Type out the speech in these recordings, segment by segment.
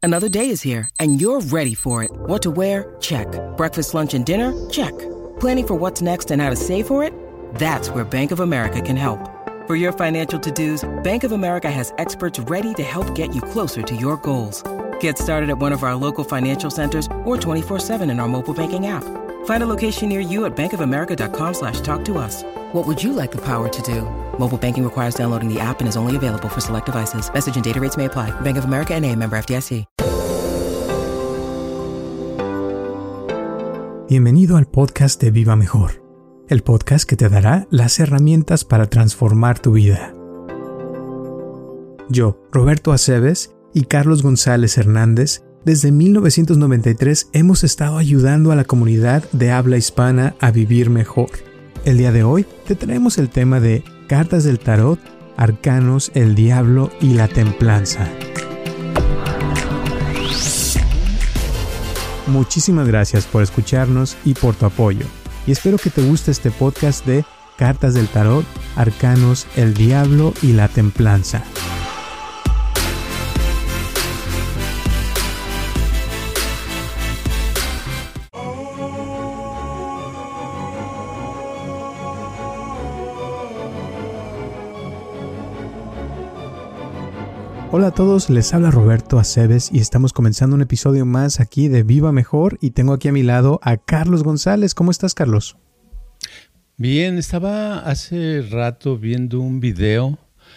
Another day is here, and you're ready for it. What to wear? Check. Breakfast, lunch, and dinner? Check. Planning for what's next and how to save for it? That's where Bank of America can help. For your financial to-dos, Bank of America has experts ready to help get you closer to your goals. Get started at one of our local financial centers or 24/7 in our mobile banking app. Find a location near you at bankofamerica.com/talktous. What would you like the power to do? Mobile banking requires downloading the app and is only available for select devices. Message and data rates may apply. Bank of America N.A., member FDIC. Bienvenido al podcast de Viva Mejor, el podcast que te dará las herramientas para transformar tu vida. Yo, Roberto Aceves y Carlos González Hernández, desde 1993 hemos estado ayudando a la comunidad de habla hispana a vivir mejor. El día de hoy te traemos el tema de cartas del tarot, arcanos, el diablo y la templanza. Muchísimas gracias por escucharnos y por tu apoyo. Y espero que te guste este podcast de cartas del tarot, arcanos, el diablo y la templanza. Hola a todos, les habla Roberto Aceves y estamos comenzando un episodio más aquí de Viva Mejor y tengo aquí a mi lado a Carlos González. ¿Cómo estás, Carlos? Bien, estaba hace rato viendo un video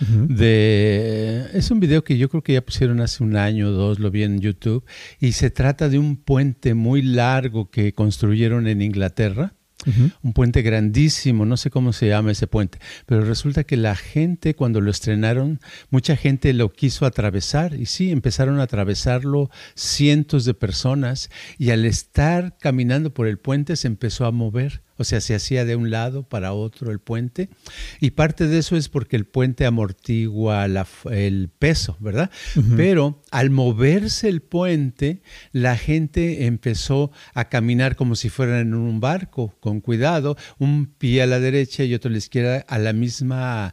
es un video que yo creo que ya pusieron hace un año o dos, lo vi en YouTube, y se trata de un puente muy largo que construyeron en Inglaterra. Un puente grandísimo, no sé cómo se llama ese puente, pero resulta que la gente cuando lo estrenaron, mucha gente lo quiso atravesar y sí, empezaron a atravesarlo cientos de personas y al estar caminando por el puente se empezó a mover. O sea, se hacía de un lado para otro el puente y parte de eso es porque el puente amortigua el peso, ¿verdad? Pero al moverse el puente, la gente empezó a caminar como si fueran en un barco, con cuidado, un pie a la derecha y otro a la izquierda, a la misma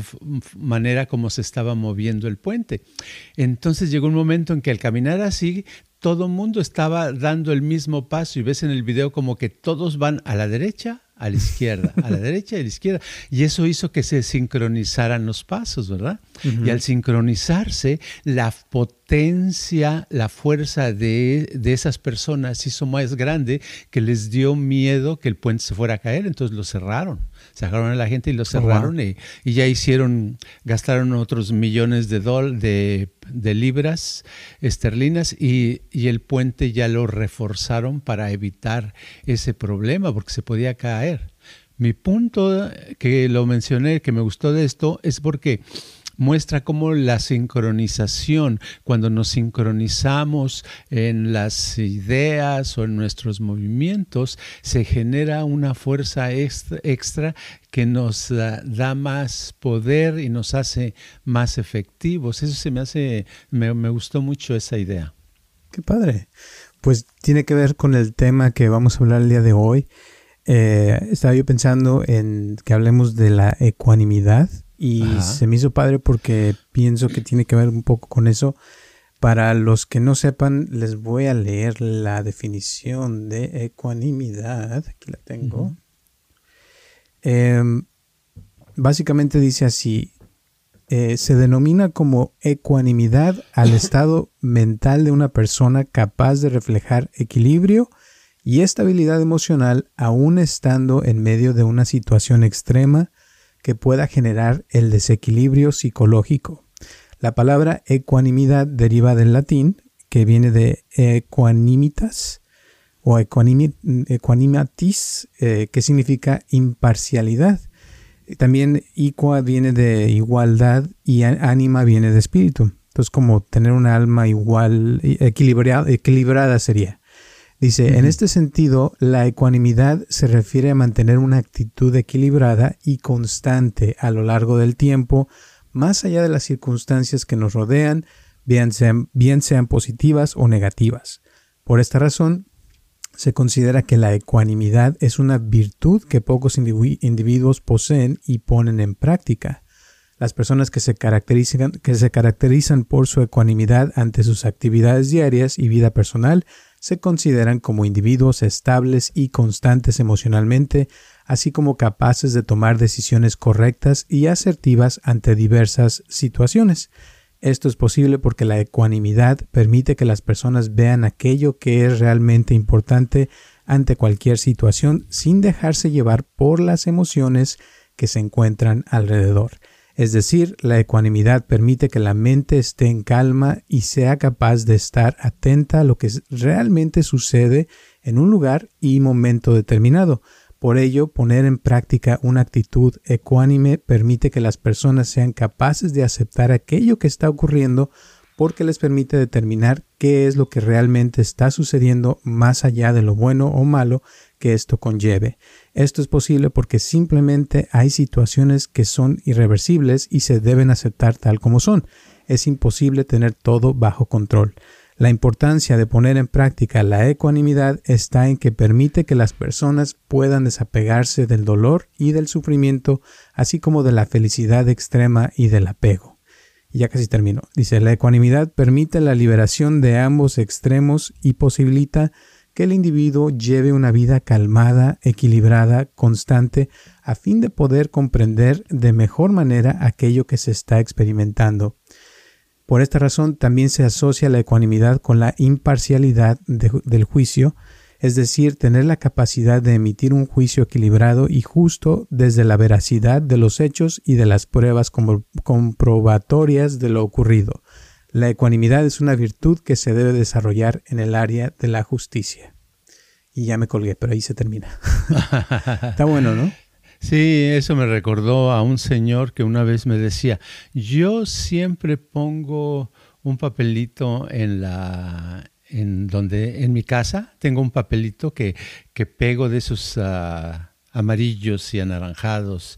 manera como se estaba moviendo el puente. Entonces llegó un momento en que al caminar así, todo el mundo estaba dando el mismo paso y ves en el video como que todos van a la derecha, a la izquierda, a la derecha y a la izquierda. Y eso hizo que se sincronizaran los pasos, ¿verdad? Y al sincronizarse, la potencia, la fuerza de esas personas hizo más grande que les dio miedo que el puente se fuera a caer. Entonces lo cerraron. Sacaron a la gente y lo cerraron y ya gastaron otros millones de libras esterlinas y el puente ya lo reforzaron para evitar ese problema porque se podía caer. Mi punto que lo mencioné, que me gustó de esto, es porque muestra cómo la sincronización, cuando nos sincronizamos en las ideas o en nuestros movimientos, se genera una fuerza extra que nos da más poder y nos hace más efectivos. Eso me gustó mucho esa idea. ¡Qué padre! Pues tiene que ver con el tema que vamos a hablar el día de hoy. Estaba yo pensando en que hablemos de la ecuanimidad. Y se me hizo padre porque pienso que tiene que ver un poco con eso. Para los que no sepan, les voy a leer la definición de ecuanimidad. Aquí la tengo. Básicamente dice así. Se denomina como ecuanimidad al estado mental de una persona capaz de reflejar equilibrio y estabilidad emocional aún estando en medio de una situación extrema que pueda generar el desequilibrio psicológico. La palabra ecuanimidad deriva del latín, que viene de equanimitas o equanimatis, que significa imparcialidad. También equa viene de igualdad y anima viene de espíritu. Entonces, como tener una alma igual, equilibrada sería. Dice, en este sentido, la ecuanimidad se refiere a mantener una actitud equilibrada y constante a lo largo del tiempo, más allá de las circunstancias que nos rodean, bien sean positivas o negativas. Por esta razón, se considera que la ecuanimidad es una virtud que pocos individuos poseen y ponen en práctica. Las personas que se caracterizan por su ecuanimidad ante sus actividades diarias y vida personal se consideran como individuos estables y constantes emocionalmente, así como capaces de tomar decisiones correctas y asertivas ante diversas situaciones. Esto es posible porque la ecuanimidad permite que las personas vean aquello que es realmente importante ante cualquier situación sin dejarse llevar por las emociones que se encuentran alrededor. Es decir, la ecuanimidad permite que la mente esté en calma y sea capaz de estar atenta a lo que realmente sucede en un lugar y momento determinado. Por ello, poner en práctica una actitud ecuánime permite que las personas sean capaces de aceptar aquello que está ocurriendo porque les permite determinar qué es lo que realmente está sucediendo más allá de lo bueno o malo que esto conlleve. Esto es posible porque simplemente hay situaciones que son irreversibles y se deben aceptar tal como son. Es imposible tener todo bajo control. La importancia de poner en práctica la ecuanimidad está en que permite que las personas puedan desapegarse del dolor y del sufrimiento, así como de la felicidad extrema y del apego. Y ya casi termino. Dice, la ecuanimidad permite la liberación de ambos extremos y posibilita que el individuo lleve una vida calmada, equilibrada, constante, a fin de poder comprender de mejor manera aquello que se está experimentando. Por esta razón también se asocia la ecuanimidad con la imparcialidad del juicio, es decir, tener la capacidad de emitir un juicio equilibrado y justo desde la veracidad de los hechos y de las pruebas comprobatorias de lo ocurrido. La ecuanimidad es una virtud que se debe desarrollar en el área de la justicia. Y ya me colgué, pero ahí se termina. Está bueno, ¿no? Sí, eso me recordó a un señor que una vez me decía, yo siempre pongo un papelito en mi casa, tengo un papelito que pego de esos amarillos y anaranjados,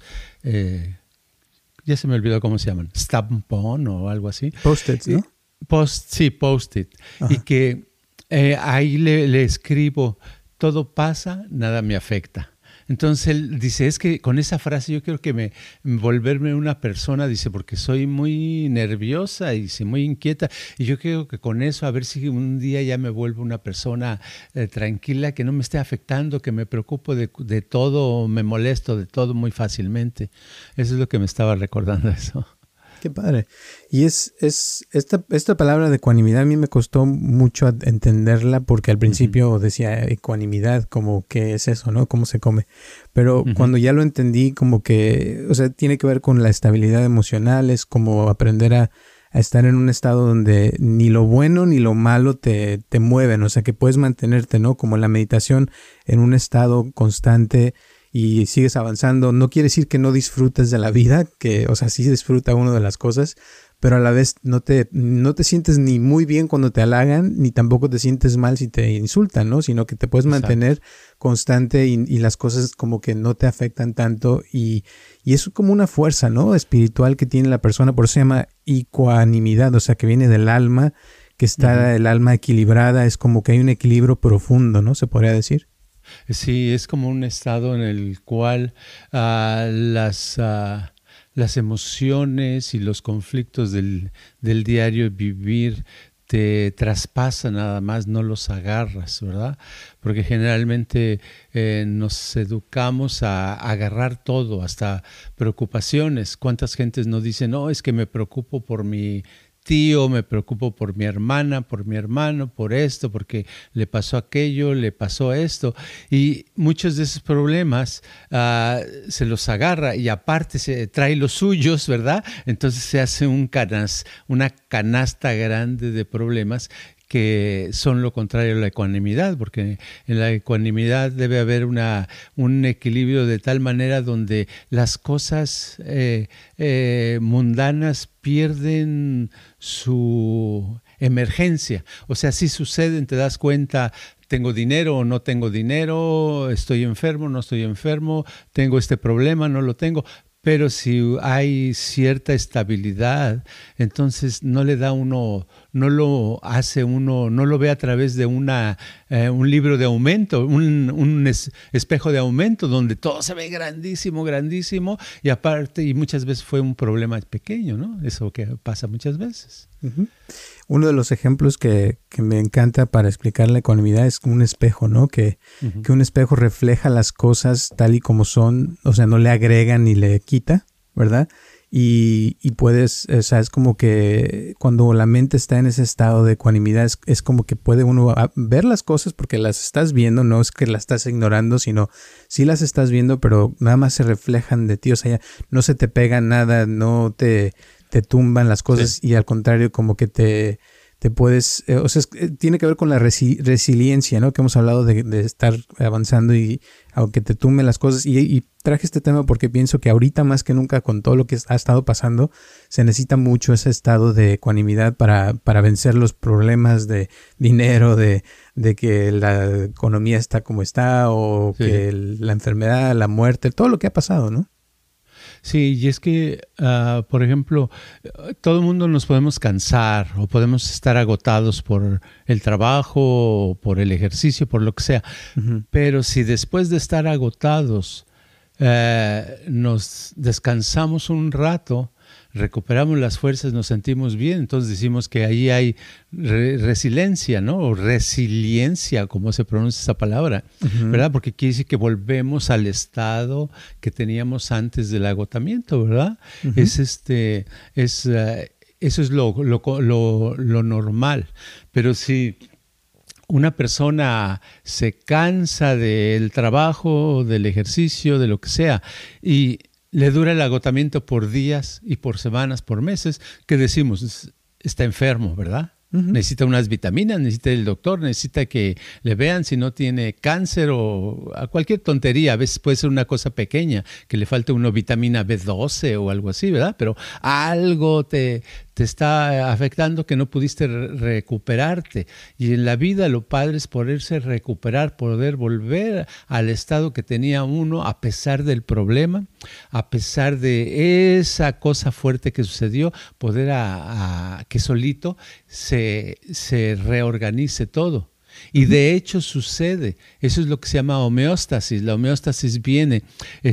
ya se me olvidó cómo se llaman, stampon o algo así. Post-its, ¿no? Post-it. Ajá. Y que ahí le escribo, todo pasa, nada me afecta. Entonces él dice, es que con esa frase yo quiero que volverme una persona, dice, porque soy muy nerviosa y muy inquieta, y yo creo que con eso a ver si un día ya me vuelvo una persona tranquila, que no me esté afectando, que me preocupo de todo, me molesto de todo muy fácilmente. Eso es lo que me estaba recordando eso. Qué padre. Y esta palabra de ecuanimidad a mí me costó mucho entenderla porque al principio decía ecuanimidad, como que es eso, ¿no? ¿Cómo se come? Pero cuando ya lo entendí, como que, o sea, tiene que ver con la estabilidad emocional, es como aprender a estar en un estado donde ni lo bueno ni lo malo te mueven, o sea, que puedes mantenerte, ¿no? Como la meditación en un estado constante y sigues avanzando. No quiere decir que no disfrutes de la vida, que, o sea, sí disfruta uno de las cosas, pero a la vez no te sientes ni muy bien cuando te halagan, ni tampoco te sientes mal si te insultan, ¿no? Sino que te puedes mantener constante y las cosas como que no te afectan tanto y eso es como una fuerza, ¿no? Espiritual que tiene la persona, por eso se llama ecuanimidad, o sea, que viene del alma, que está el alma equilibrada, es como que hay un equilibrio profundo, ¿no? Se podría decir. Sí, es como un estado en el cual las emociones y los conflictos del diario vivir te traspasan nada más, no los agarras, ¿verdad? Porque generalmente nos educamos a agarrar todo, hasta preocupaciones. ¿Cuántas gentes nos dicen, no, es que me preocupo por mi tío, me preocupo por mi hermana, por mi hermano, por esto, porque le pasó aquello, le pasó esto? Y muchos de esos problemas se los agarra y aparte se trae los suyos, ¿verdad? Entonces se hace una canasta grande de problemas que son lo contrario a la ecuanimidad, porque en la ecuanimidad debe haber un equilibrio de tal manera donde las cosas mundanas pierden su emergencia. O sea, si suceden, te das cuenta, tengo dinero o no tengo dinero, estoy enfermo, no estoy enfermo, tengo este problema, no lo tengo, Pero si hay cierta estabilidad, entonces no le da uno, no lo hace uno, no lo ve a través de un libro de aumento, un espejo de aumento donde todo se ve grandísimo, grandísimo, y aparte, y muchas veces fue un problema pequeño, ¿no? Eso que pasa muchas veces. Uh-huh. Uno de los ejemplos que me encanta para explicar la ecuanimidad es un espejo, ¿no? Que un espejo refleja las cosas tal y como son, o sea, no le agrega ni le quita, ¿verdad? Y puedes, o sea, es como que cuando la mente está en ese estado de ecuanimidad, es como que puede uno ver las cosas porque las estás viendo, no es que las estás ignorando, sino sí las estás viendo, pero nada más se reflejan de ti, o sea, no se te pega nada, no te tumban las cosas, sí. Y al contrario, como que te puedes, o sea, tiene que ver con la resiliencia, ¿no? Que hemos hablado de estar avanzando y aunque te tumben las cosas. Y traje este tema porque pienso que ahorita más que nunca con todo lo que ha estado pasando, se necesita mucho ese estado de ecuanimidad para vencer los problemas de dinero, de que la economía está como está o sí. Que la enfermedad, la muerte, todo lo que ha pasado, ¿no? Sí, y es que, por ejemplo, todo el mundo nos podemos cansar o podemos estar agotados por el trabajo, o por el ejercicio, por lo que sea. Uh-huh. Pero si después de estar agotados nos descansamos un rato, recuperamos las fuerzas, nos sentimos bien, entonces decimos que ahí hay resiliencia, ¿no? O resiliencia, como se pronuncia esa palabra, uh-huh. ¿Verdad? Porque quiere decir que volvemos al estado que teníamos antes del agotamiento, ¿verdad? Uh-huh. Eso es lo normal. Pero si una persona se cansa del trabajo, del ejercicio, de lo que sea, y le dura el agotamiento por días y por semanas, por meses, ¿qué decimos? Está enfermo, ¿verdad? Uh-huh. Necesita unas vitaminas, necesita el doctor, necesita que le vean si no tiene cáncer o a cualquier tontería. A veces puede ser una cosa pequeña, que le falte una vitamina B12 o algo así, ¿verdad? Pero algo te está afectando que no pudiste recuperarte. Y en la vida lo padre es poderse recuperar, poder volver al estado que tenía uno a pesar del problema, a pesar de esa cosa fuerte que sucedió, poder que solito se reorganice todo. Y de hecho sucede, eso es lo que se llama homeostasis. La homeostasis viene,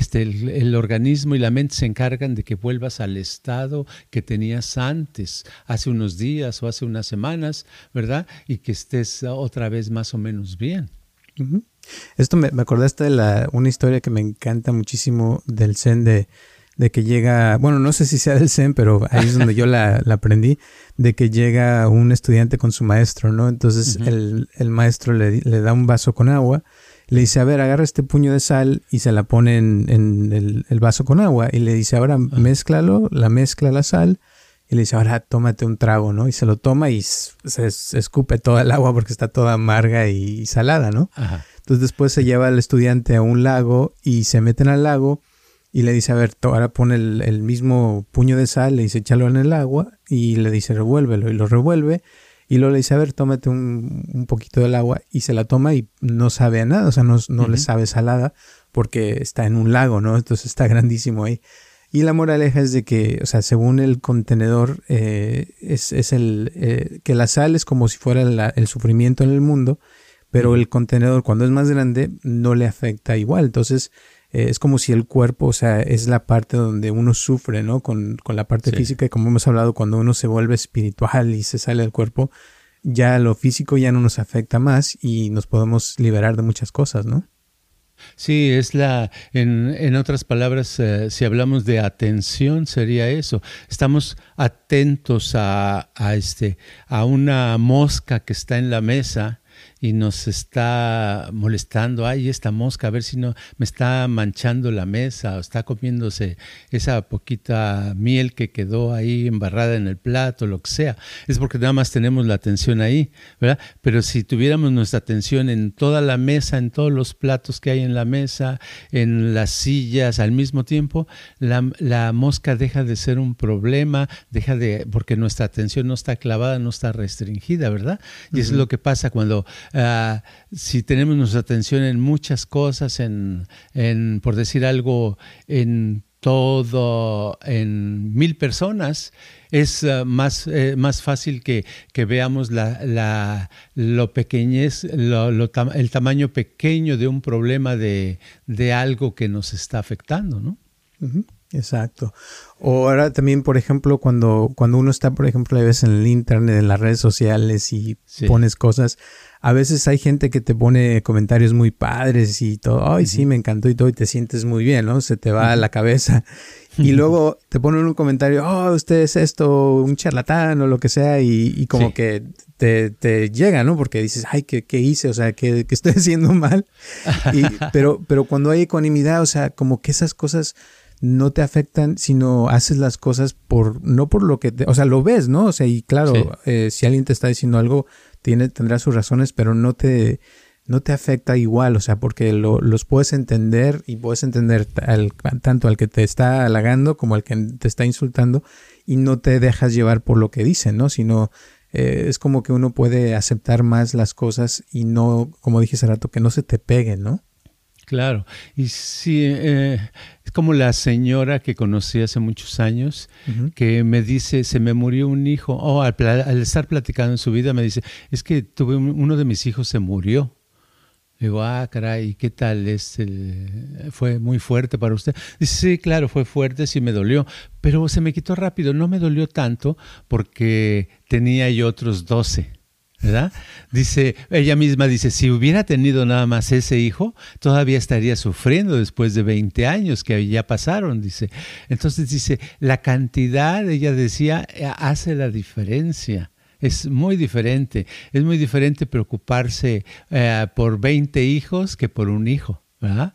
el organismo y la mente se encargan de que vuelvas al estado que tenías antes, hace unos días o hace unas semanas, ¿verdad? Y que estés otra vez más o menos bien. Uh-huh. Esto me acordaste de una historia que me encanta muchísimo del Zen de que llega, bueno, no sé si sea del Zen, pero ahí es donde yo la aprendí, de que llega un estudiante con su maestro, ¿no? Entonces uh-huh. el maestro le da un vaso con agua, le dice, a ver, agarra este puño de sal y se la pone en el vaso con agua y le dice, ahora uh-huh. Mézclalo, mezcla la sal y le dice, ahora tómate un trago, ¿no? Y se lo toma y se escupe toda el agua porque está toda amarga y salada, ¿no? Uh-huh. Entonces después se lleva al estudiante a un lago y se meten al lago. Y le dice, a ver, ahora pone el mismo puño de sal, le dice, échalo en el agua y le dice, revuélvelo. Y lo revuelve y luego le dice, a ver, tómate un poquito del agua y se la toma y no sabe a nada, o sea, no uh-huh. le sabe salada porque está en un lago, ¿no? Entonces está grandísimo ahí. Y la moraleja es de que, o sea, según el contenedor, es que la sal es como si fuera el sufrimiento en el mundo, pero uh-huh. el contenedor cuando es más grande no le afecta igual, entonces es como si el cuerpo, o sea, es la parte donde uno sufre, ¿no? Con la parte sí. física, y como hemos hablado, cuando uno se vuelve espiritual y se sale del cuerpo, ya lo físico ya no nos afecta más y nos podemos liberar de muchas cosas, ¿no? Sí, en otras palabras, si hablamos de atención, sería eso. Estamos atentos a una mosca que está en la mesa y nos está molestando, ay, esta mosca, a ver si no me está manchando la mesa o está comiéndose esa poquita miel que quedó ahí embarrada en el plato, lo que sea. Es porque nada más tenemos la atención ahí, ¿verdad? Pero si tuviéramos nuestra atención en toda la mesa, en todos los platos que hay en la mesa, en las sillas al mismo tiempo, la mosca deja de ser un problema, porque nuestra atención no está clavada, no está restringida, ¿verdad? Y uh-huh. eso es lo que pasa cuando si tenemos nuestra atención en muchas cosas, por decir algo, en todo en 1000 personas, es más fácil que veamos lo pequeñez, el tamaño pequeño de un problema de algo que nos está afectando, ¿no? Uh-huh. Exacto. O ahora también, por ejemplo, cuando uno está, por ejemplo, a veces en el internet, en las redes sociales y pones cosas, a veces hay gente que te pone comentarios muy padres y todo, ay, sí, me encantó y todo, y te sientes muy bien, ¿no? Se te va a la cabeza. Y luego te ponen un comentario, oh, usted es esto, un charlatán o lo que sea, y como que te llega, ¿no? Porque dices, ay, ¿qué hice? O sea, ¿qué estoy haciendo mal? Pero cuando hay ecuanimidad, o sea, como que esas cosas no te afectan, sino haces las cosas no por lo que o sea, lo ves, ¿no? O sea, y claro, si alguien te está diciendo algo, tendrá sus razones, pero no te afecta igual, o sea, porque los puedes entender y puedes entender tanto al que te está halagando como al que te está insultando, y no te dejas llevar por lo que dicen, ¿no? Sino es como que uno puede aceptar más las cosas y no, como dije hace rato, que no se te peguen, ¿no? Claro, y sí, es como la señora que conocí hace muchos años, que me dice, se me murió un hijo, al estar platicando en su vida me dice, es que uno de mis hijos se murió. Digo, caray, ¿qué tal? ¿Fue muy fuerte para usted? Dice, sí, claro, fue fuerte, sí me dolió, pero se me quitó rápido, no me dolió tanto porque tenía yo otros 12. ¿Verdad? Dice, ella misma dice, si hubiera tenido nada más ese hijo, todavía estaría sufriendo después de 20 años que ya pasaron, dice. Entonces dice, la cantidad, ella decía, hace la diferencia. Es muy diferente preocuparse por 20 hijos que por un hijo, ¿verdad?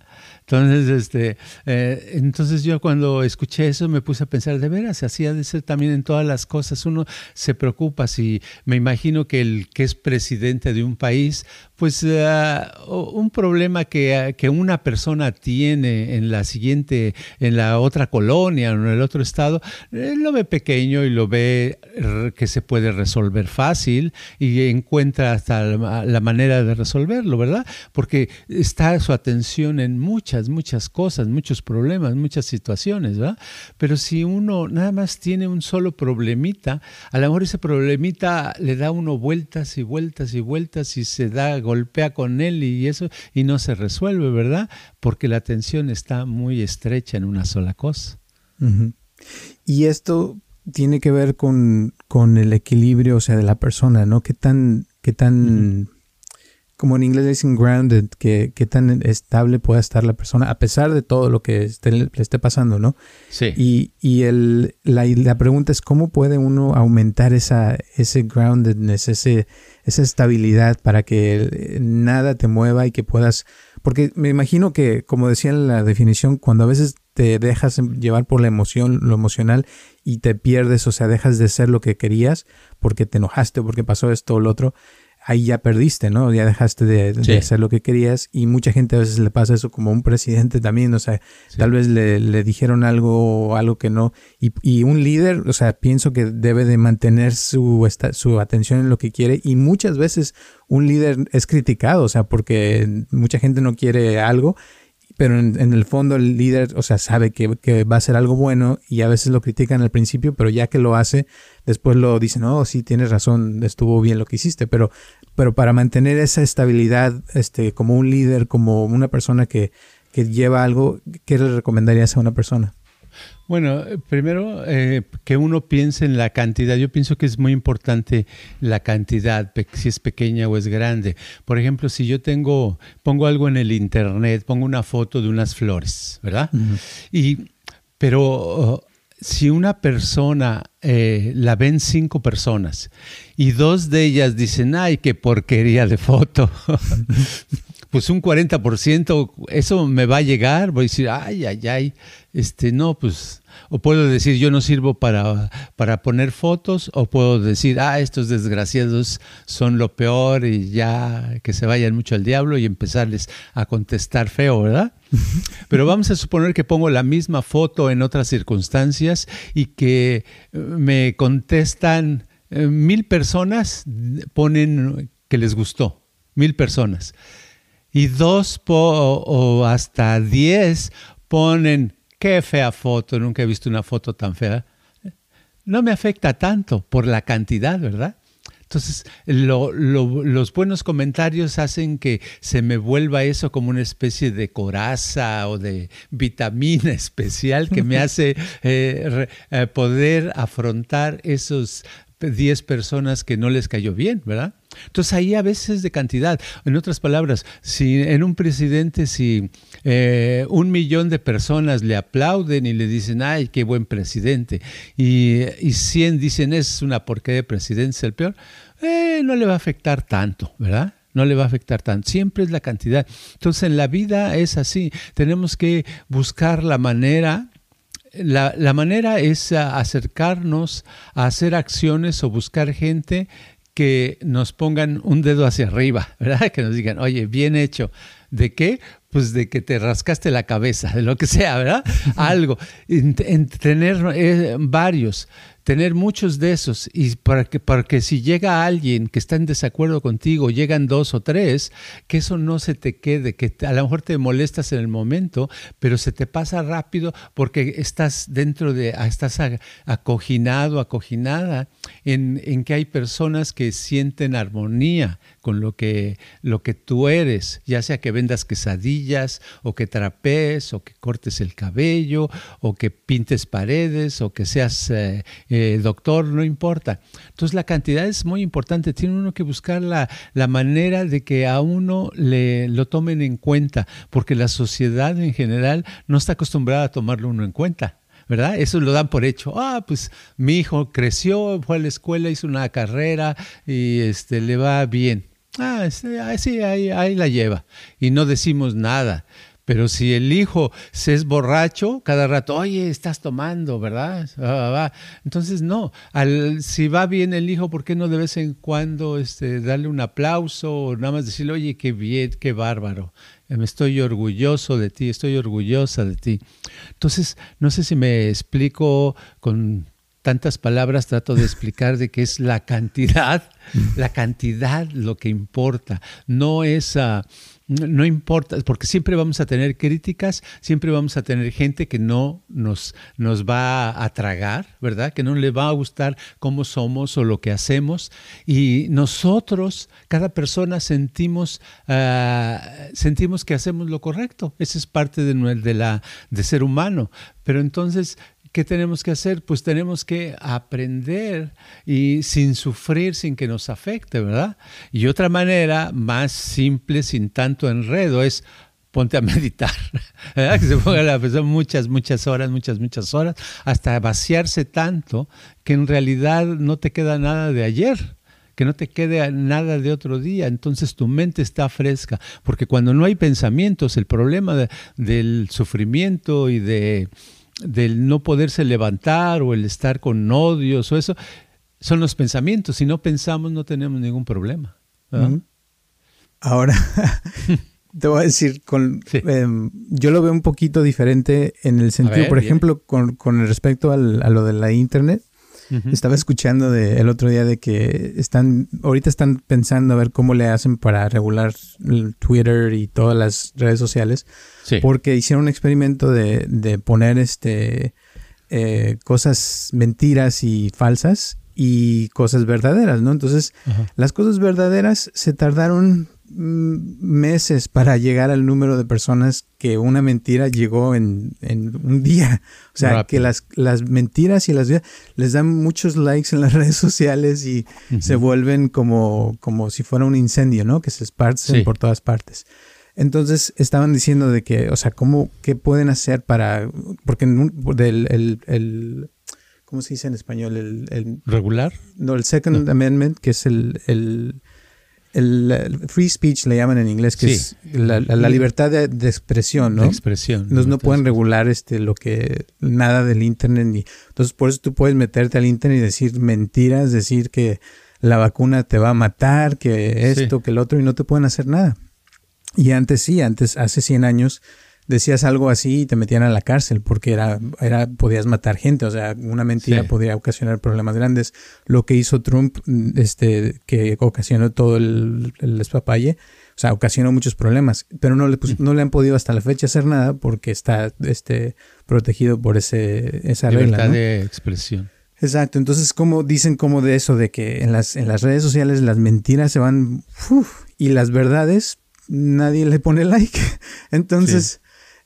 Entonces yo cuando escuché eso me puse a pensar, de veras, así ha de ser también en todas las cosas. Uno se preocupa, si me imagino que el que es presidente de un país, pues un problema que una persona tiene en la otra colonia o en el otro estado, lo ve pequeño y lo ve que se puede resolver fácil y encuentra hasta la manera de resolverlo, ¿verdad? Porque está su atención en muchas cosas, muchos problemas, muchas situaciones, ¿verdad? Pero si uno nada más tiene un solo problemita, a lo mejor ese problemita le da uno vueltas y vueltas y vueltas y golpea con él y eso, y no se resuelve, ¿verdad? Porque la atención está muy estrecha en una sola cosa. Uh-huh. Y esto tiene que ver con el equilibrio, o sea, de la persona, ¿no? ¿Qué tan como en inglés dicen grounded, qué tan estable pueda estar la persona a pesar de todo lo que le esté pasando, ¿no? Sí. Y la pregunta es, ¿cómo puede uno aumentar ese groundedness, esa estabilidad para que nada te mueva y que puedas... Porque me imagino que, como decía en la definición, cuando a veces te dejas llevar por la emoción, lo emocional, y te pierdes, o sea, dejas de ser lo que querías porque te enojaste o porque pasó esto o lo otro, ahí ya perdiste, ¿no? Ya dejaste de hacer lo que querías, y mucha gente a veces le pasa eso, como a un presidente también, o sea, tal vez le dijeron algo que no, y un líder, o sea, pienso que debe de mantener su atención en lo que quiere, y muchas veces un líder es criticado, o sea, porque mucha gente no quiere algo, pero en el fondo el líder, o sea, sabe que va a ser algo bueno, y a veces lo critican al principio, pero ya que lo hace, después lo dicen, oh, sí, tienes razón, estuvo bien lo que hiciste, pero para mantener esa estabilidad, como un líder, como una persona que lleva algo, ¿qué le recomendarías a una persona? Bueno, primero que uno piense en la cantidad. Yo pienso que es muy importante la cantidad, si es pequeña o es grande. Por ejemplo, si yo pongo algo en el internet, pongo una foto de unas flores, ¿verdad? Uh-huh. Pero si una persona la ven 5 personas y 2 de ellas dicen, ay, qué porquería de foto, pues un 40%, eso me va a llegar, voy a decir, ay, no, pues, o puedo decir, yo no sirvo para poner fotos, o puedo decir, estos desgraciados son lo peor y ya que se vayan mucho al diablo, y empezarles a contestar feo, ¿verdad? Pero vamos a suponer que pongo la misma foto en otras circunstancias y que me contestan 1000 personas, ponen que les gustó, 1000 personas. Y 2 o hasta 10 ponen qué fea foto, nunca he visto una foto tan fea. No me afecta tanto por la cantidad, ¿verdad? Entonces, los buenos comentarios hacen que se me vuelva eso como una especie de coraza o de vitamina especial que me hace poder afrontar esos 10 personas que no les cayó bien, ¿verdad? Entonces ahí a veces es de cantidad. En otras palabras, si en un presidente, si 1 millón de personas le aplauden y le dicen, ay, qué buen presidente, y 100 dicen, es una porquería de presidente, es el peor, no le va a afectar tanto, ¿verdad? No le va a afectar tanto. Siempre es la cantidad. Entonces en la vida es así. Tenemos que buscar la manera. La manera es acercarnos a hacer acciones o buscar gente que nos pongan un dedo hacia arriba, ¿verdad? Que nos digan, oye, bien hecho. ¿De qué? Pues de que te rascaste la cabeza, de lo que sea, ¿verdad? Algo. En tener varios, tener muchos de esos, y para que si llega alguien que está en desacuerdo contigo, llegan 2 o 3, que eso no se te quede, que a lo mejor te molestas en el momento, pero se te pasa rápido porque estás estás acoginado, acoginada en que hay personas que sienten armonía con lo que tú eres, ya sea que vendas quesadillas, o que trapees, o que cortes el cabello, o que pintes paredes, o que seas doctor, no importa. Entonces la cantidad es muy importante. Tiene uno que buscar la manera de que a uno lo tomen en cuenta, porque la sociedad en general no está acostumbrada a tomarlo uno en cuenta, ¿verdad? Eso lo dan por hecho. Pues mi hijo creció, fue a la escuela, hizo una carrera y le va bien. Sí, ahí la lleva. Y no decimos nada. Pero si el hijo se es borracho, cada rato, oye, estás tomando, ¿verdad? Entonces, no. Si va bien el hijo, ¿por qué no de vez en cuando darle un aplauso o nada más decirle, oye, qué bien, qué bárbaro? Estoy orgulloso de ti, estoy orgullosa de ti. Entonces, no sé si me explico con tantas palabras, trato de explicar de que es la cantidad lo que importa. No importa, porque siempre vamos a tener críticas, siempre vamos a tener gente que no nos va a tragar, ¿verdad? Que no le va a gustar cómo somos o lo que hacemos. Y nosotros, cada persona, sentimos que hacemos lo correcto. Esa es parte de ser humano. Pero entonces, ¿qué tenemos que hacer? Pues tenemos que aprender y sin sufrir, sin que nos afecte, ¿verdad? Y otra manera más simple, sin tanto enredo, es ponte a meditar, ¿verdad? Que se ponga la persona muchas horas, hasta vaciarse tanto que en realidad no te queda nada de ayer, que no te quede nada de otro día. Entonces tu mente está fresca, porque cuando no hay pensamientos, el problema del sufrimiento y del no poderse levantar o el estar con odios o eso, son los pensamientos. Si no pensamos, no tenemos ningún problema, ¿verdad? Ahora, te voy a decir, sí. Yo lo veo un poquito diferente en el sentido, por ejemplo, con respecto a lo de la internet. Uh-huh. Estaba escuchando el otro día de que ahorita están pensando a ver cómo le hacen para regular el Twitter y todas las redes sociales, sí. Porque hicieron un experimento de poner cosas mentiras y falsas y cosas verdaderas, ¿no? Entonces, uh-huh. Las cosas verdaderas se tardaron meses para llegar al número de personas que una mentira llegó en un día. O sea, rápido. Que las mentiras y les dan muchos likes en las redes sociales y uh-huh. Se vuelven como si fuera un incendio, ¿no? Que se esparcen, sí. Por todas partes. Entonces estaban diciendo de que, o sea, ¿qué pueden hacer porque ¿cómo se dice en español? El ¿regular? No, el Second Amendment, que es el free speech, le llaman en inglés, que sí. Es la libertad de expresión, ¿no? De expresión. No pueden regular nada del internet. Entonces, por eso tú puedes meterte al internet y decir mentiras, decir que la vacuna te va a matar, que esto, sí. Que el otro, y no te pueden hacer nada. Y antes, hace 100 años, decías algo así y te metían a la cárcel porque podías matar gente. O sea, una mentira podía ocasionar problemas grandes. Lo que hizo Trump, que ocasionó todo el despapalle, o sea, ocasionó muchos problemas, pero no le han podido hasta la fecha hacer nada porque está protegido por esa libertad regla, ¿no? de expresión. Exacto. Entonces, como dicen como de eso, de que en las redes sociales las mentiras se van y las verdades nadie le pone like. Entonces,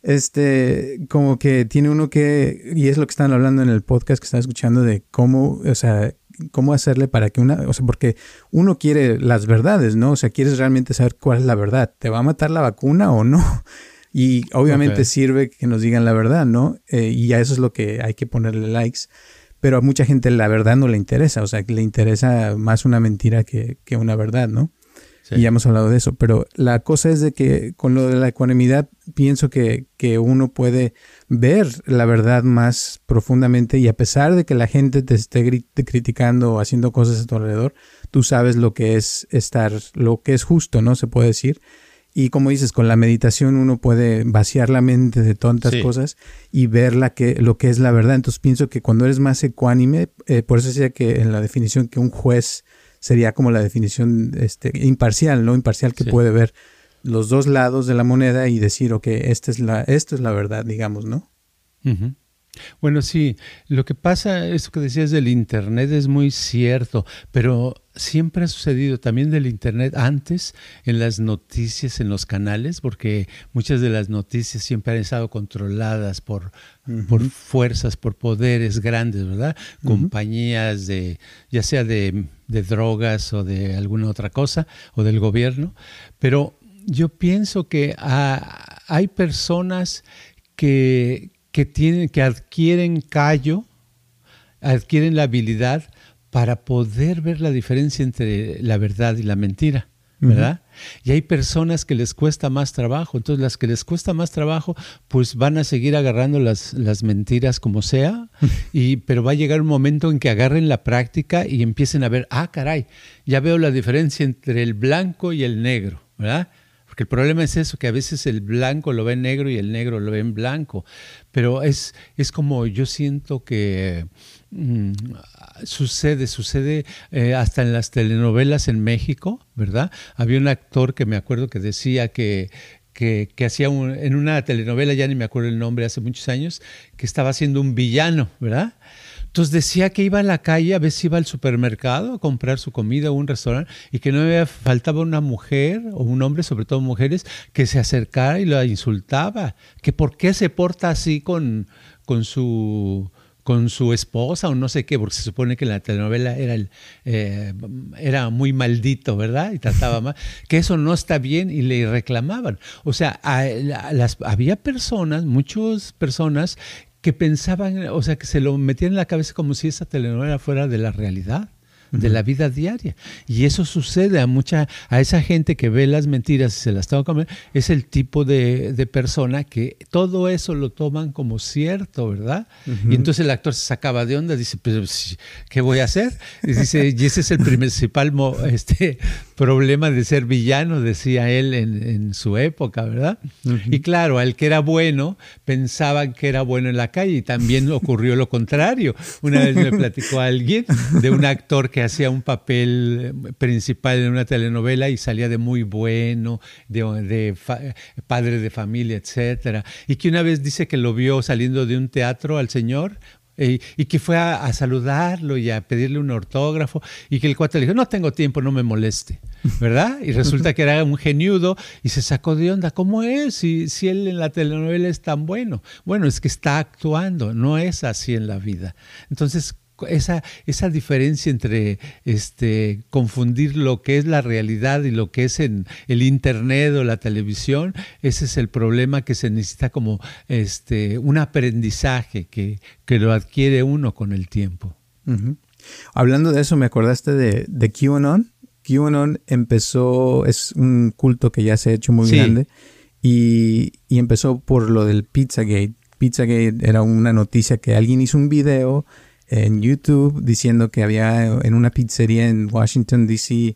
como que tiene uno que, y es lo que están hablando en el podcast que están escuchando, de cómo, o sea, cómo hacerle para que porque uno quiere las verdades, ¿no? O sea, quieres realmente saber cuál es la verdad. ¿Te va a matar la vacuna o no? Y obviamente sirve que nos digan la verdad, ¿no? Y a eso es lo que hay que ponerle likes. Pero a mucha gente la verdad no le interesa. O sea, le interesa más una mentira que una verdad, ¿no? Sí. Y ya hemos hablado de eso. Pero la cosa es de que con lo de la ecuanimidad pienso que uno puede ver la verdad más profundamente, y a pesar de que la gente te esté criticando o haciendo cosas a tu alrededor, tú sabes lo que es lo que es justo, ¿no? Se puede decir. Y como dices, con la meditación uno puede vaciar la mente de tantas cosas y ver lo que es la verdad. Entonces pienso que cuando eres más ecuánime, por eso decía que en la definición que un juez sería como la definición imparcial, ¿no? Imparcial, que puede ver los dos lados de la moneda y decir, ok, esto es la verdad, digamos, ¿no? Uh-huh. Bueno, sí, lo que pasa, eso que decías del Internet es muy cierto, pero siempre ha sucedido también del Internet antes en las noticias, en los canales, porque muchas de las noticias siempre han estado controladas por fuerzas, por poderes grandes, ¿verdad? Compañías ya sea de drogas o de alguna otra cosa, o del gobierno, pero yo pienso que hay personas que adquieren callo, adquieren la habilidad para poder ver la diferencia entre la verdad y la mentira, ¿verdad? Y hay personas que les cuesta más trabajo. Entonces, las que les cuesta más trabajo, pues van a seguir agarrando las mentiras como sea, pero va a llegar un momento en que agarren la práctica y empiecen a ver, caray, ya veo la diferencia entre el blanco y el negro, ¿verdad? Porque el problema es eso, que a veces el blanco lo ve en negro y el negro lo ve en blanco. Pero es como yo siento que sucede hasta en las telenovelas en México, ¿verdad? Había un actor que me acuerdo que decía que hacía en una telenovela, ya ni me acuerdo el nombre, hace muchos años, que estaba haciendo un villano, ¿verdad? Entonces decía que iba a la calle, a veces iba al supermercado a comprar su comida o un restaurante, y que no faltaba una mujer o un hombre, sobre todo mujeres, que se acercara y la insultaba. Que por qué se porta así con su esposa o no sé qué, porque se supone que en la telenovela era muy maldito, ¿verdad? Y trataba mal, que eso no está bien, y le reclamaban. O sea, había muchas personas que pensaban, o sea, que se lo metían en la cabeza como si esa telenovela fuera de la realidad, de la vida diaria. Y eso sucede a esa gente que ve las mentiras y se las toma comer. Es el tipo de persona que todo eso lo toman como cierto, ¿verdad? Y entonces el actor se sacaba de onda, dice, pues, ¿qué voy a hacer? Y dice, y ese es el principal problema de ser villano, decía él en su época, ¿verdad? Y claro, al que era bueno, pensaban que era bueno en la calle, y también ocurrió lo contrario. Una vez me platicó alguien de un actor que hacía un papel principal en una telenovela y salía de muy bueno, de padre de familia, etcétera, y que una vez dice que lo vio saliendo de un teatro al señor, y que fue a saludarlo y a pedirle un autógrafo, y que el cuate le dijo, no tengo tiempo, no me moleste, ¿verdad? Y resulta que era un geniudo, y se sacó de onda. ¿Cómo es? Si él en la telenovela es tan bueno. Bueno, es que está actuando, no es así en la vida. Entonces, esa diferencia entre confundir lo que es la realidad y lo que es en el internet o la televisión, ese es el problema, que se necesita como un aprendizaje que lo adquiere uno con el tiempo. Hablando de eso, me acordaste de QAnon. QAnon empezó, es un culto que ya se ha hecho muy grande, y empezó por lo del Pizzagate. Pizzagate era una noticia que alguien hizo un video en YouTube diciendo que había en una pizzería en Washington, D.C.,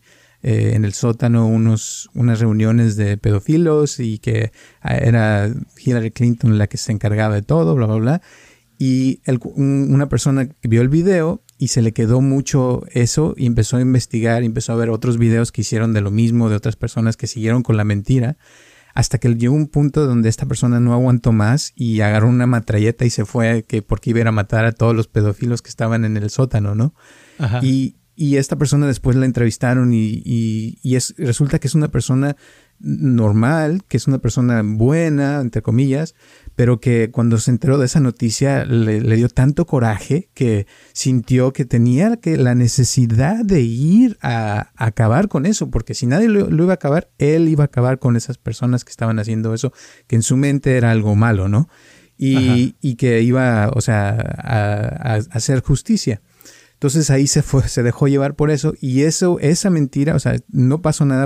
en el sótano unas reuniones de pedófilos y que era Hillary Clinton la que se encargaba de todo, bla, bla, bla. Y una persona vio el video y se le quedó mucho eso y empezó a investigar, y empezó a ver otros videos que hicieron de lo mismo, de otras personas que siguieron con la mentira, hasta que llegó un punto donde esta persona no aguantó más y agarró una metralleta y se fue porque iba a ir a matar a todos los pedófilos que estaban en el sótano, ¿no? Ajá. Y esta persona después la entrevistaron y resulta que es una persona normal, que es una persona buena, entre comillas, pero que cuando se enteró de esa noticia le dio tanto coraje que sintió que tenía la necesidad de ir a acabar con eso, porque si nadie lo iba a acabar, él iba a acabar con esas personas que estaban haciendo eso, que en su mente era algo malo, ¿no? Y que iba, o sea, a hacer justicia. Entonces ahí se dejó llevar por eso, y esa mentira, o sea, no pasó nada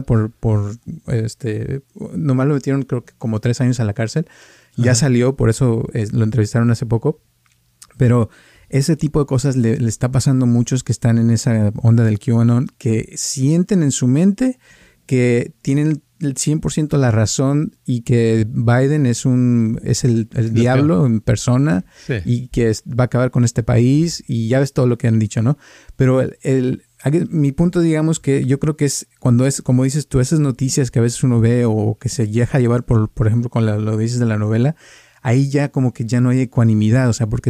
nomás lo metieron creo que como 3 años a la cárcel. Ya salió, por eso lo entrevistaron hace poco, pero ese tipo de cosas le está pasando a muchos que están en esa onda del QAnon, que sienten en su mente que tienen el 100% la razón y que Biden es el diablo en persona, sí, y que va a acabar con este país, y ya ves todo lo que han dicho, ¿no? Pero mi punto, digamos, que yo creo que es cuando es, como dices tú, esas noticias que a veces uno ve o que se deja llevar por ejemplo, con lo que dices de la novela, ahí ya como que ya no hay ecuanimidad, o sea, porque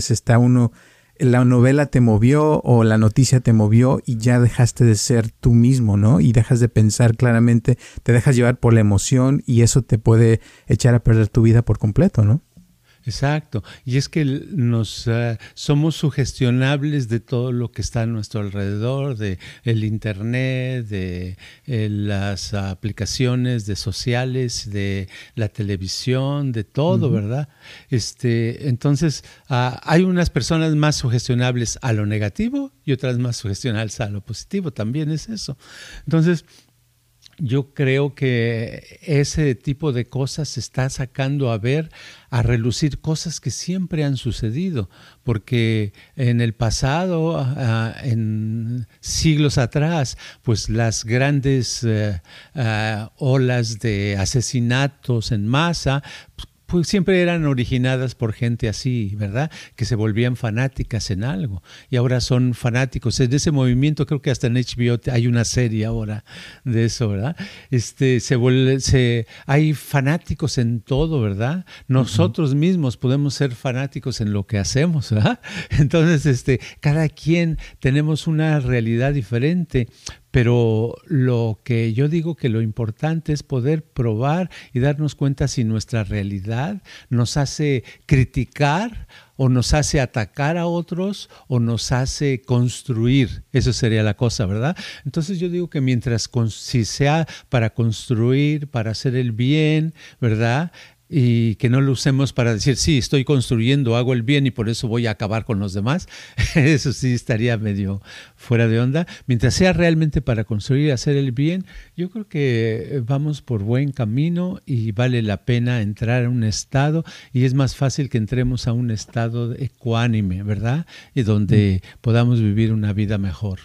la novela te movió o la noticia te movió y ya dejaste de ser tú mismo, ¿no? Y dejas de pensar claramente, te dejas llevar por la emoción y eso te puede echar a perder tu vida por completo, ¿no? Exacto. Y es que somos sugestionables de todo lo que está a nuestro alrededor, de el internet, de las aplicaciones de sociales, de la televisión, de todo, ¿verdad? Entonces, hay unas personas más sugestionables a lo negativo y otras más sugestionables a lo positivo. También es eso. Entonces, yo creo que ese tipo de cosas se está sacando a relucir cosas que siempre han sucedido, porque en el pasado, en siglos atrás, pues las grandes olas de asesinatos en masa, pues siempre eran originadas por gente así, ¿verdad? Que se volvían fanáticas en algo y ahora son fanáticos. De ese movimiento, creo que hasta en HBO hay una serie ahora de eso, ¿verdad? Hay fanáticos en todo, ¿verdad? Nosotros mismos podemos ser fanáticos en lo que hacemos, ¿verdad? Entonces, cada quien tenemos una realidad diferente. Pero lo que yo digo que lo importante es poder probar y darnos cuenta si nuestra realidad nos hace criticar o nos hace atacar a otros o nos hace construir. Eso sería la cosa, ¿verdad? Entonces yo digo que si sea para construir, para hacer el bien, ¿verdad?, y que no lo usemos para decir, sí, estoy construyendo, hago el bien y por eso voy a acabar con los demás. Eso sí estaría medio fuera de onda. Mientras sea realmente para construir y hacer el bien, yo creo que vamos por buen camino y vale la pena entrar a un estado, y es más fácil que entremos a un estado ecuánime, ¿verdad? Y donde podamos vivir una vida mejor.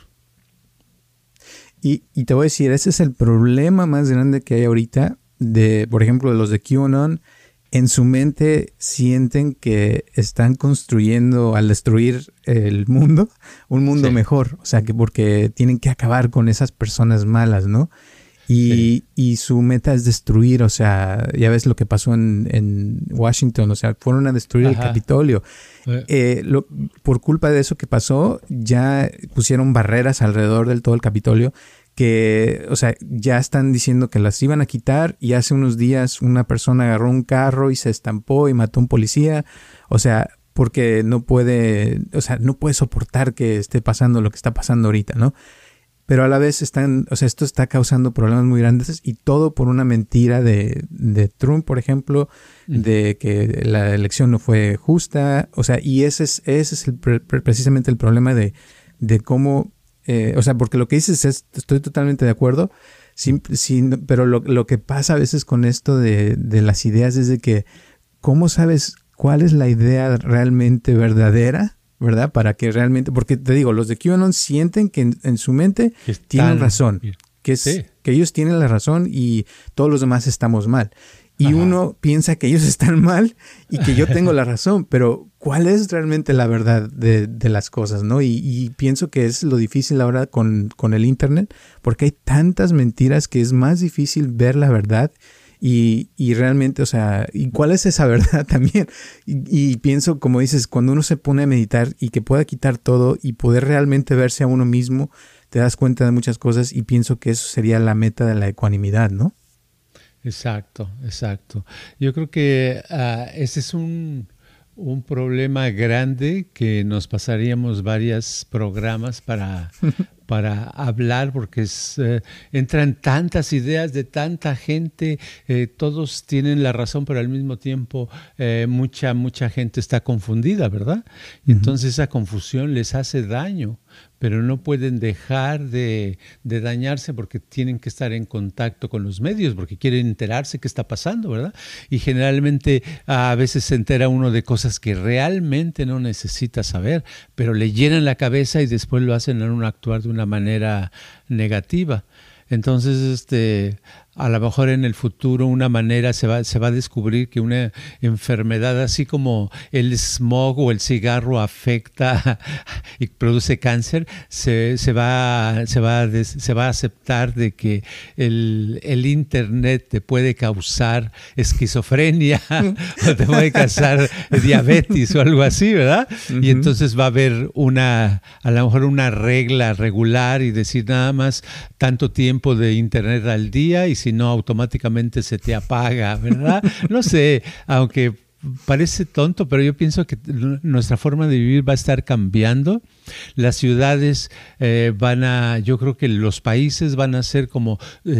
Y te voy a decir, ese es el problema más grande que hay ahorita. Por ejemplo, de los de QAnon, en su mente sienten que están construyendo, al destruir el mundo, un mundo mejor. O sea, que porque tienen que acabar con esas personas malas, ¿no? Y su meta es destruir, o sea, ya ves lo que pasó en Washington, o sea, fueron a destruir el Capitolio. Por culpa de eso que pasó, ya pusieron barreras alrededor del todo el Capitolio, que, o sea, ya están diciendo que las iban a quitar, y hace unos días una persona agarró un carro y se estampó y mató a un policía, o sea, porque no puede soportar que esté pasando lo que está pasando ahorita, ¿no? Pero a la vez esto está causando problemas muy grandes, y todo por una mentira de Trump, por ejemplo, de que la elección no fue justa, o sea, y ese es precisamente el problema de cómo. O sea, porque lo que dices estoy totalmente de acuerdo, pero lo que pasa a veces con esto de las ideas es de que, ¿cómo sabes cuál es la idea realmente verdadera, verdad? Para que realmente, porque te digo, los de QAnon sienten que en su mente tienen razón. que ellos tienen la razón y todos los demás estamos mal. Y uno piensa que ellos están mal y que yo tengo la razón, pero ¿cuál es realmente la verdad de las cosas, no? Y pienso que es lo difícil ahora con el internet, porque hay tantas mentiras que es más difícil ver la verdad y realmente, o sea, ¿y cuál es esa verdad también? Y pienso, como dices, cuando uno se pone a meditar y que pueda quitar todo y poder realmente verse a uno mismo, te das cuenta de muchas cosas y pienso que eso sería la meta de la ecuanimidad, ¿no? Exacto. Yo creo que ese es un problema grande que nos pasaríamos varios programas para hablar, porque entran tantas ideas de tanta gente, todos tienen la razón, pero al mismo tiempo mucha gente está confundida, ¿verdad? Y entonces esa confusión les hace daño, pero no pueden dejar de dañarse porque tienen que estar en contacto con los medios, porque quieren enterarse qué está pasando, ¿verdad? Y generalmente a veces se entera uno de cosas que realmente no necesita saber, pero le llenan la cabeza y después lo hacen a uno actuar de una manera negativa. Entonces, a lo mejor en el futuro una manera se va a descubrir que una enfermedad así como el smog o el cigarro afecta y produce cáncer, se va a aceptar de que el internet te puede causar esquizofrenia o te puede causar diabetes o algo así, ¿verdad? Y entonces va a haber a lo mejor una regla regular y decir nada más tanto tiempo de internet al día y si no automáticamente se te apaga, ¿verdad? No sé, aunque parece tonto, pero yo pienso que nuestra forma de vivir va a estar cambiando. Las ciudades yo creo que los países van a ser como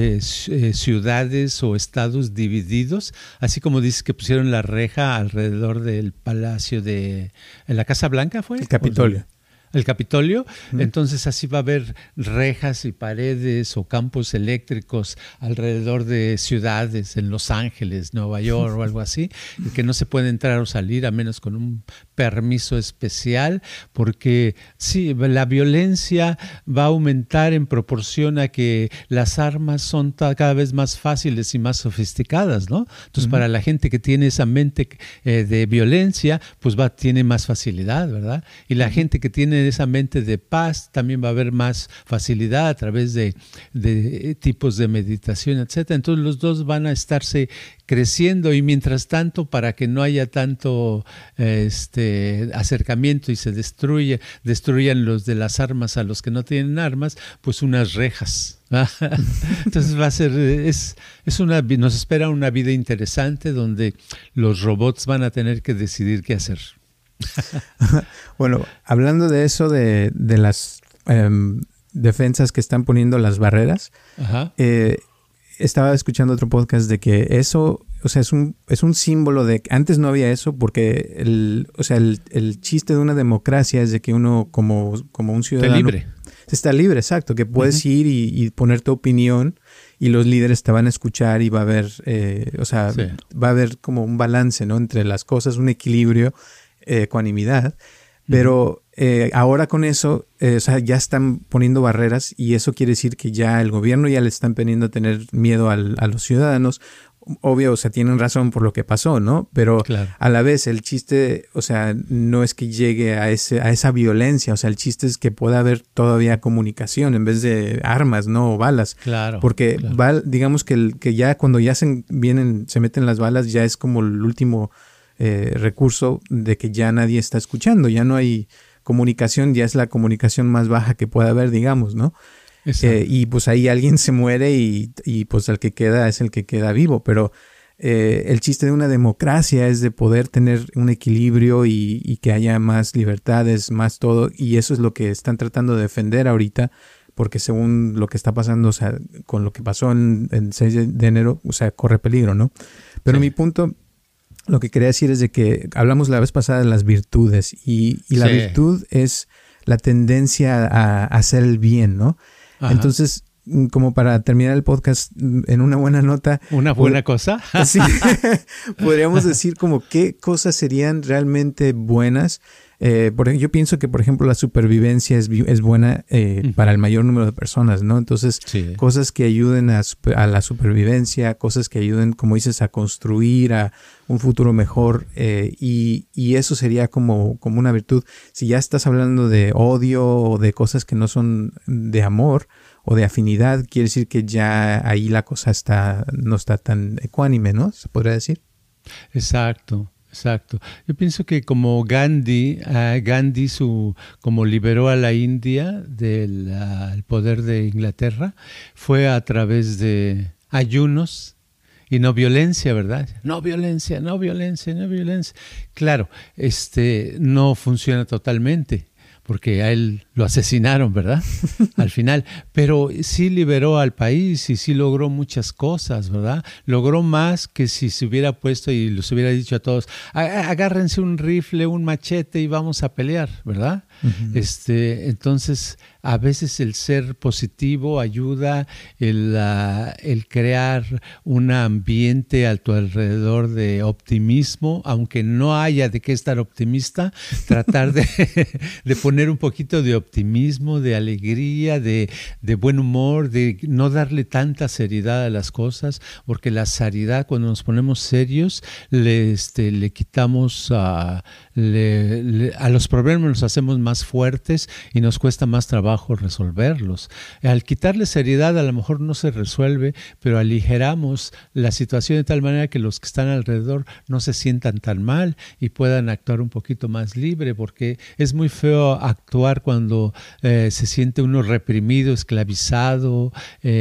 ciudades o estados divididos, así como dices que pusieron la reja alrededor del palacio en la Casa Blanca, ¿fue? El Capitolio. El Capitolio, entonces así va a haber rejas y paredes o campos eléctricos alrededor de ciudades, en Los Ángeles, Nueva York o algo así, que no se puede entrar o salir a menos con un permiso especial, porque sí, la violencia va a aumentar en proporción a que las armas son cada vez más fáciles y más sofisticadas, ¿no? Entonces para la gente que tiene esa mente de violencia, pues tiene más facilidad, ¿verdad? Y la gente que tiene esa mente de paz también va a haber más facilidad a través de tipos de meditación, etcétera. Entonces los dos van a estarse creciendo y mientras tanto, para que no haya tanto acercamiento y se destruyan los de las armas a los que no tienen armas, pues unas rejas. Entonces va a ser, nos espera una vida interesante donde los robots van a tener que decidir qué hacer. Bueno, hablando de eso, de las defensas que están poniendo las barreras, estaba escuchando otro podcast de que eso, o sea, es un símbolo de que antes no había eso porque el chiste de una democracia es de que uno como un ciudadano está libre, exacto, que puedes ir y poner tu opinión y los líderes te van a escuchar y va a haber, va a haber como un balance, ¿no? Entre las cosas, un equilibrio, ecuanimidad, pero ahora con eso, ya están poniendo barreras y eso quiere decir que ya el gobierno ya le están poniendo a tener miedo a los ciudadanos. Obvio, tienen razón por lo que pasó, ¿no? Pero a la vez el chiste, no es que llegue a esa violencia, el chiste es que pueda haber todavía comunicación en vez de armas, ¿no? O balas. Claro. Porque digamos que ya cuando ya se meten las balas, ya es como el último recurso de que ya nadie está escuchando, ya no hay comunicación, ya es la comunicación más baja que pueda haber, digamos, ¿no? Y pues ahí alguien se muere y pues el que queda es el que queda vivo, pero el chiste de una democracia es de poder tener un equilibrio y que haya más libertades, más todo, y eso es lo que están tratando de defender ahorita, porque según lo que está pasando, con lo que pasó en 6 de enero, corre peligro, ¿no? Pero mi punto, lo que quería decir es de que hablamos la vez pasada de las virtudes y la virtud es la tendencia a hacer el bien, ¿no? Ajá. Entonces, como para terminar el podcast en una buena nota. ¿Una buena cosa? Sí, podríamos decir como qué cosas serían realmente buenas. Yo pienso que, por ejemplo, la supervivencia es buena para el mayor número de personas, ¿no? Entonces, sí, cosas que ayuden a la supervivencia, cosas que ayuden, como dices, a construir a un futuro mejor, y eso sería como una virtud. Si ya estás hablando de odio o de cosas que no son de amor o de afinidad, quiere decir que ya ahí la cosa no está tan ecuánime, ¿no? Se podría decir. Exacto. Yo pienso que como Gandhi como liberó a la India del poder de Inglaterra, fue a través de ayunos y no violencia, ¿verdad? No violencia. Claro, no funciona totalmente, porque a él lo asesinaron, ¿verdad? Al final. Pero sí liberó al país y sí logró muchas cosas, ¿verdad? Logró más que si se hubiera puesto y les hubiera dicho a todos, agárrense un rifle, un machete y vamos a pelear, ¿verdad? Uh-huh. Entonces, a veces el ser positivo ayuda, el crear un ambiente a tu alrededor de optimismo, aunque no haya de qué estar optimista, tratar de poner un poquito de optimismo, de alegría, de buen humor, de no darle tanta seriedad a las cosas, porque la seriedad, cuando nos ponemos serios, le quitamos a los problemas, los hacemos más fuertes y nos cuesta más trabajo resolverlos. Al quitarle seriedad, a lo mejor no se resuelve, pero aligeramos la situación de tal manera que los que están alrededor no se sientan tan mal y puedan actuar un poquito más libre, porque es muy feo actuar cuando se siente uno reprimido, esclavizado,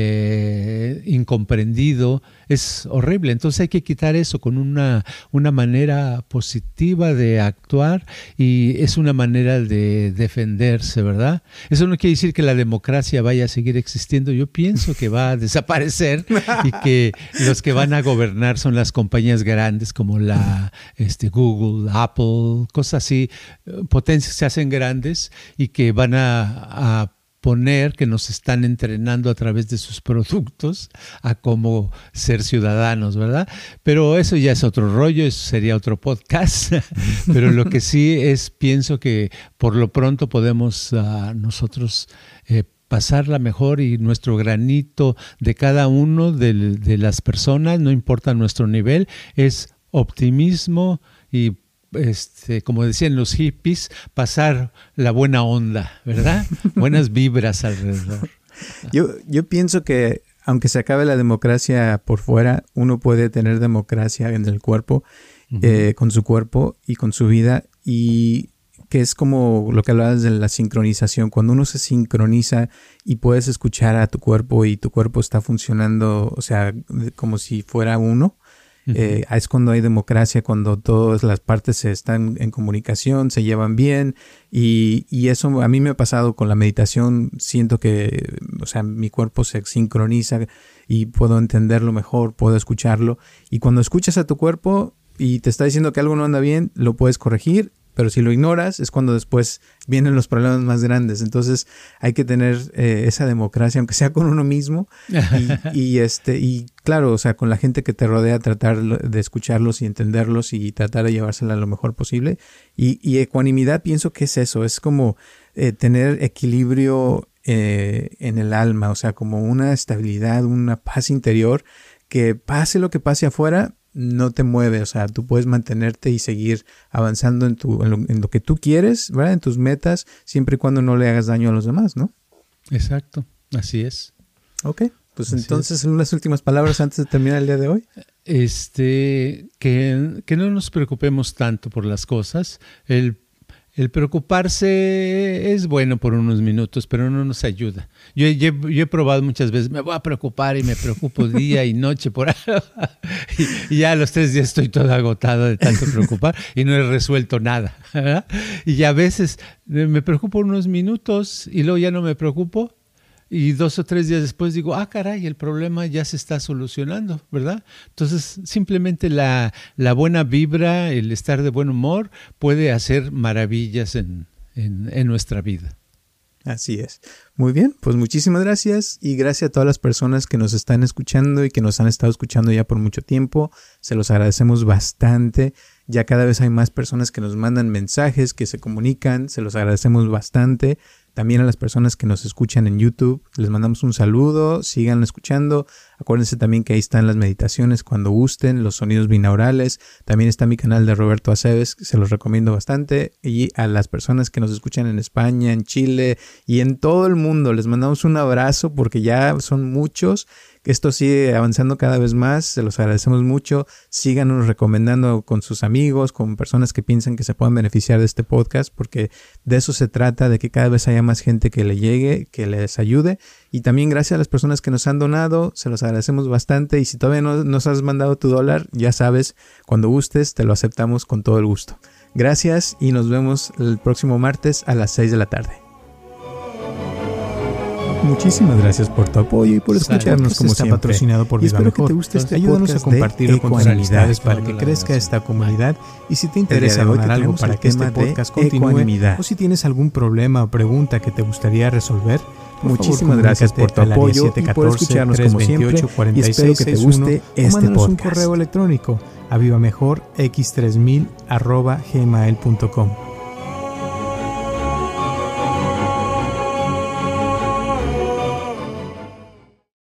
incomprendido. Es horrible. Entonces hay que quitar eso con una manera positiva de actuar, y es una manera de defenderse, ¿verdad? Eso no quiere decir que la democracia vaya a seguir existiendo. Yo pienso que va a desaparecer y que los que van a gobernar son las compañías grandes como Google, Apple, cosas así, potencias se hacen grandes y que van a poner, que nos están entrenando a través de sus productos a cómo ser ciudadanos, ¿verdad? Pero eso ya es otro rollo, eso sería otro podcast. Pero lo que sí es, pienso que por lo pronto podemos nosotros pasarla mejor, y nuestro granito de cada uno de las personas, no importa nuestro nivel, es optimismo y como decían los hippies, pasar la buena onda, ¿verdad? Buenas vibras alrededor. Yo pienso que aunque se acabe la democracia por fuera, uno puede tener democracia en el cuerpo, uh-huh, con su cuerpo y con su vida, y que es como lo que hablabas de la sincronización. Cuando uno se sincroniza y puedes escuchar a tu cuerpo y tu cuerpo está funcionando, o sea, como si fuera uno, es cuando hay democracia, cuando todas las partes están en comunicación, se llevan bien, y eso a mí me ha pasado con la meditación. Siento que, o sea, mi cuerpo se sincroniza y puedo entenderlo mejor, puedo escucharlo, y cuando escuchas a tu cuerpo y te está diciendo que algo no anda bien, lo puedes corregir. Pero si lo ignoras, es cuando después vienen los problemas más grandes. Entonces hay que tener esa democracia, aunque sea con uno mismo. Y claro, o sea, con la gente que te rodea, tratar de escucharlos y entenderlos y tratar de llevársela lo mejor posible. Y ecuanimidad, pienso que es eso. Es como tener equilibrio en el alma. O sea, como una estabilidad, una paz interior, que pase lo que pase afuera, no te mueve. O sea, tú puedes mantenerte y seguir avanzando en lo que tú quieres, ¿verdad? En tus metas, siempre y cuando no le hagas daño a los demás, ¿no? Exacto, así es. Ok, pues así entonces, unas últimas palabras antes de terminar el día de hoy. Que no nos preocupemos tanto por las cosas. El preocuparse es bueno por unos minutos, pero no nos ayuda. Yo he probado muchas veces, me voy a preocupar y me preocupo día y noche por algo. Y ya a los 3 días estoy todo agotado de tanto preocupar y no he resuelto nada, ¿verdad? Y a veces me preocupo unos minutos y luego ya no me preocupo. Y 2 o 3 días después digo, caray, el problema ya se está solucionando, ¿verdad? Entonces, simplemente la buena vibra, el estar de buen humor, puede hacer maravillas en nuestra vida. Así es. Muy bien, pues muchísimas gracias y gracias a todas las personas que nos están escuchando y que nos han estado escuchando ya por mucho tiempo. Se los agradecemos bastante. Ya cada vez hay más personas que nos mandan mensajes, que se comunican. Se los agradecemos bastante. También a las personas que nos escuchan en YouTube, les mandamos un saludo, sigan escuchando. Acuérdense también que ahí están las meditaciones cuando gusten, los sonidos binaurales. También está mi canal de Roberto Aceves, se los recomiendo bastante. Y a las personas que nos escuchan en España, en Chile y en todo el mundo, les mandamos un abrazo porque ya son muchos. Esto sigue avanzando cada vez más, se los agradecemos mucho. Síganos recomendando con sus amigos, con personas que piensan que se puedan beneficiar de este podcast, porque de eso se trata, de que cada vez haya más gente que le llegue, que les ayude. Y también gracias a las personas que nos han donado, se los agradecemos bastante. Y si todavía no nos has mandado tu $1, ya sabes, cuando gustes te lo aceptamos con todo el gusto. Gracias y nos vemos el próximo martes a las 6 de la tarde. Muchísimas gracias por tu apoyo y por escucharnos como siempre. Está patrocinado por Viva Mejor. Espero que te guste este podcast. Ayúdanos a compartirlo con tus amistades para que crezca esta comunidad. Y si te interesa donar algo para que este podcast continúe, o si tienes algún problema o pregunta que te gustaría resolver, muchísimas gracias por tu apoyo y por escucharnos como siempre. Y espero que te guste este podcast. Un correo electrónico a vivamejorx3000@gmail.com.